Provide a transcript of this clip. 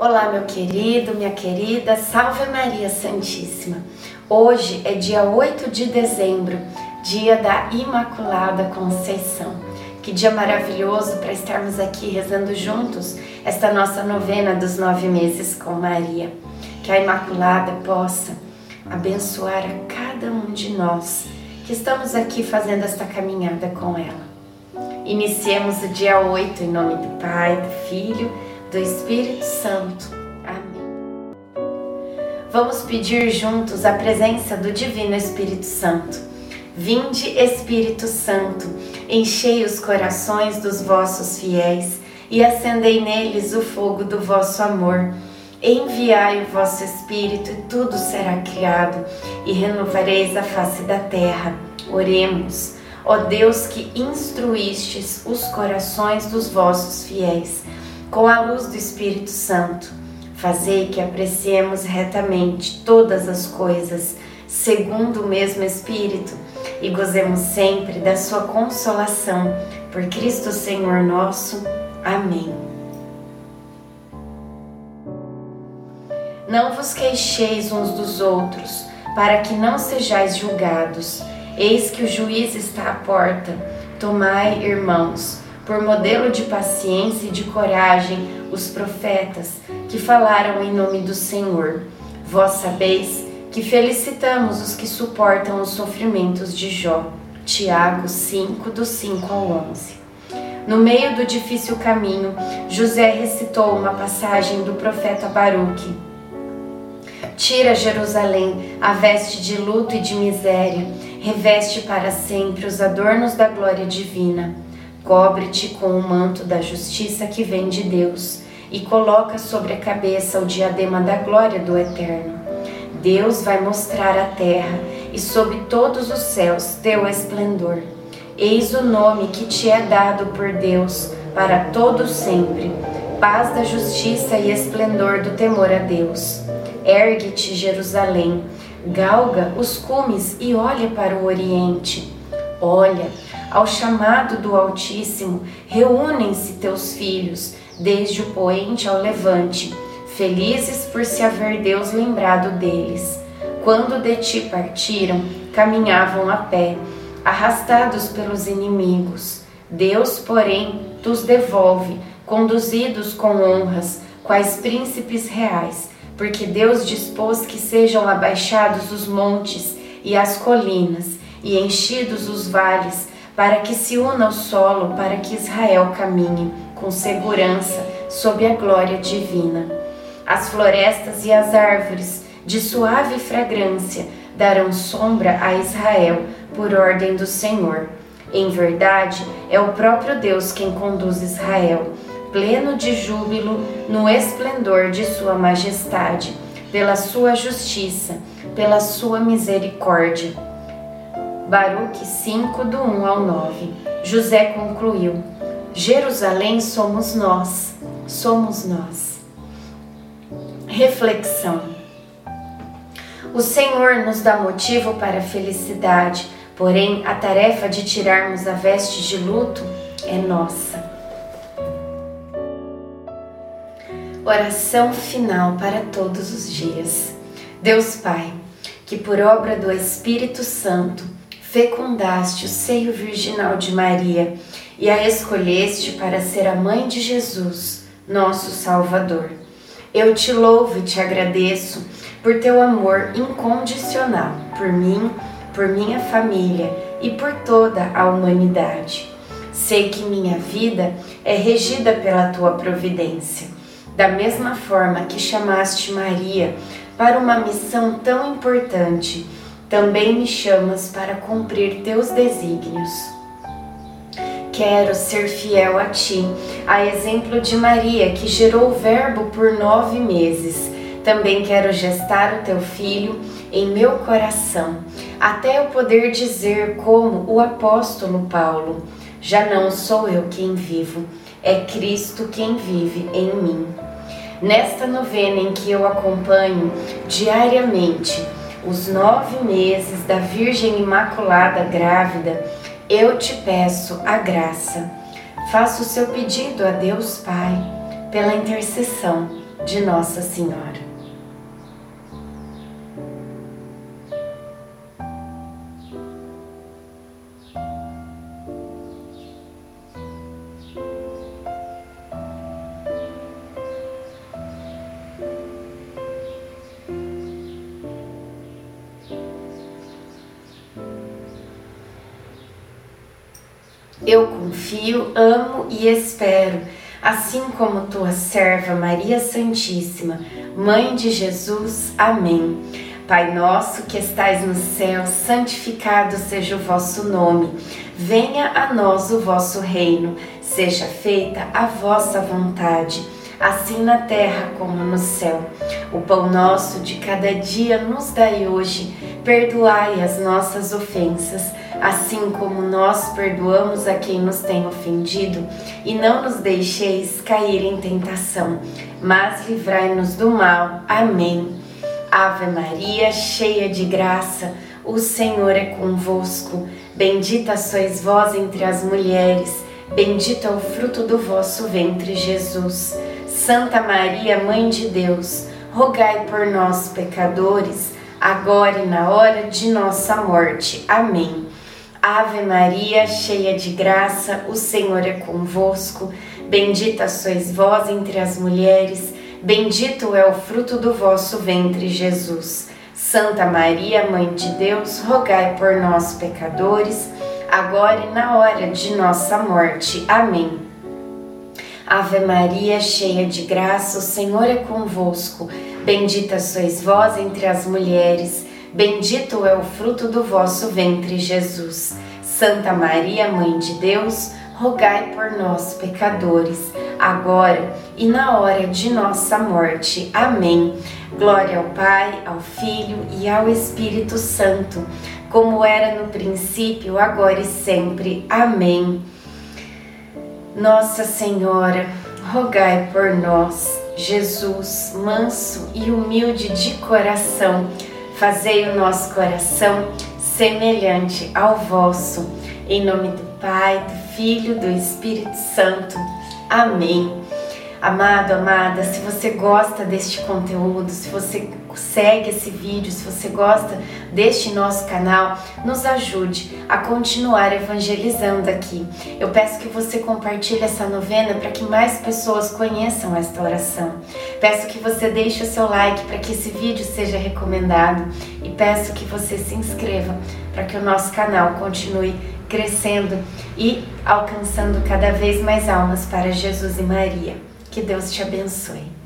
Olá, meu querido, minha querida, Salve Maria Santíssima. Hoje é dia 8 de dezembro, dia da Imaculada Conceição. Que dia maravilhoso para estarmos aqui rezando juntos esta nossa novena dos 9 meses com Maria. Que a Imaculada possa abençoar a cada um de nós que estamos aqui fazendo esta caminhada com ela. Iniciemos o dia 8 em nome do Pai, do Filho, do Espírito Santo. Amém. Vamos pedir juntos a presença do Divino Espírito Santo. Vinde, Espírito Santo, enchei os corações dos vossos fiéis e acendei neles o fogo do vosso amor. Enviai o vosso Espírito e tudo será criado e renovareis a face da terra. Oremos. Ó Deus que instruístes os corações dos vossos fiéis com a luz do Espírito Santo, fazei que apreciemos retamente todas as coisas, segundo o mesmo Espírito, e gozemos sempre da sua consolação. Por Cristo Senhor nosso. Amém. Não vos queixeis uns dos outros, para que não sejais julgados. Eis que o juiz está à porta. Tomai, irmãos, por modelo de paciência e de coragem, os profetas que falaram em nome do Senhor. Vós sabeis que felicitamos os que suportam os sofrimentos de Jó. Tiago 5, do 5 ao 11. No meio do difícil caminho, José recitou uma passagem do profeta Baruque. Tira, Jerusalém, a veste de luto e de miséria, reveste para sempre os adornos da glória divina. Cobre-te com o manto da justiça que vem de Deus e coloca sobre a cabeça o diadema da glória do Eterno. Deus vai mostrar a terra e sob todos os céus teu esplendor. Eis o nome que te é dado por Deus para todo sempre, paz da justiça e esplendor do temor a Deus. Ergue-te, Jerusalém, galga os cumes e olha para o oriente. Olha, ao chamado do Altíssimo, reúnem-se teus filhos, desde o poente ao levante, felizes por se haver Deus lembrado deles. Quando de ti partiram, caminhavam a pé, arrastados pelos inimigos. Deus, porém, tus devolve, conduzidos com honras, quais príncipes reais, porque Deus dispôs que sejam abaixados os montes e as colinas, e enchidos os vales, para que se una o solo, para que Israel caminhe com segurança sob a glória divina. As florestas e as árvores, de suave fragrância, darão sombra a Israel, por ordem do Senhor. Em verdade, é o próprio Deus quem conduz Israel, pleno de júbilo no esplendor de sua majestade, pela sua justiça, pela sua misericórdia. Baruque 5, do 1 ao 9. José concluiu: Jerusalém somos nós, somos nós. Reflexão. O Senhor nos dá motivo para a felicidade, porém a tarefa de tirarmos a veste de luto é nossa. Oração final para todos os dias. Deus Pai, que por obra do Espírito Santo fecundaste o seio virginal de Maria e a escolheste para ser a mãe de Jesus, nosso Salvador. Eu te louvo e te agradeço por teu amor incondicional por mim, por minha família e por toda a humanidade. Sei que minha vida é regida pela tua providência. Da mesma forma que chamaste Maria para uma missão tão importante, também me chamas para cumprir teus desígnios. Quero ser fiel a ti, a exemplo de Maria, que gerou o Verbo por 9 meses. Também quero gestar o teu Filho em meu coração, até eu poder dizer como o apóstolo Paulo: já não sou eu quem vivo, é Cristo quem vive em mim. Nesta novena em que eu acompanho diariamente os 9 meses da Virgem Imaculada grávida, eu te peço a graça. Faça o seu pedido a Deus Pai, pela intercessão de Nossa Senhora. Eu confio, amo e espero, assim como tua serva Maria Santíssima, Mãe de Jesus. Amém. Pai nosso que estais no céu, santificado seja o vosso nome. Venha a nós o vosso reino. Seja feita a vossa vontade, assim na terra como no céu. O pão nosso de cada dia nos dai hoje. Perdoai as nossas ofensas, assim como nós perdoamos a quem nos tem ofendido, e não nos deixeis cair em tentação, mas livrai-nos do mal. Amém. Ave Maria, cheia de graça, o Senhor é convosco. Bendita sois vós entre as mulheres, bendito é o fruto do vosso ventre, Jesus. Santa Maria, Mãe de Deus, rogai por nós, pecadores, agora e na hora de nossa morte. Amém. Ave Maria, cheia de graça, o Senhor é convosco. Bendita sois vós entre as mulheres, bendito é o fruto do vosso ventre, Jesus. Santa Maria, Mãe de Deus, rogai por nós, pecadores, agora e na hora de nossa morte. Amém. Ave Maria, cheia de graça, o Senhor é convosco. Bendita sois vós entre as mulheres, bendito é o fruto do vosso ventre, Jesus. Santa Maria, Mãe de Deus, rogai por nós, pecadores, agora e na hora de nossa morte. Amém. Glória ao Pai, ao Filho e ao Espírito Santo, como era no princípio, agora e sempre. Amém. Nossa Senhora, rogai por nós. Jesus, manso e humilde de coração, fazei o nosso coração semelhante ao vosso. Em nome do Pai, do Filho, do Espírito Santo. Amém. Amado, amada, se você gosta deste conteúdo, se você segue esse vídeo, se você gosta deste nosso canal, nos ajude a continuar evangelizando aqui. Eu peço que você compartilhe essa novena para que mais pessoas conheçam esta oração. Peço que você deixe o seu like para que esse vídeo seja recomendado e peço que você se inscreva para que o nosso canal continue crescendo e alcançando cada vez mais almas para Jesus e Maria. Que Deus te abençoe.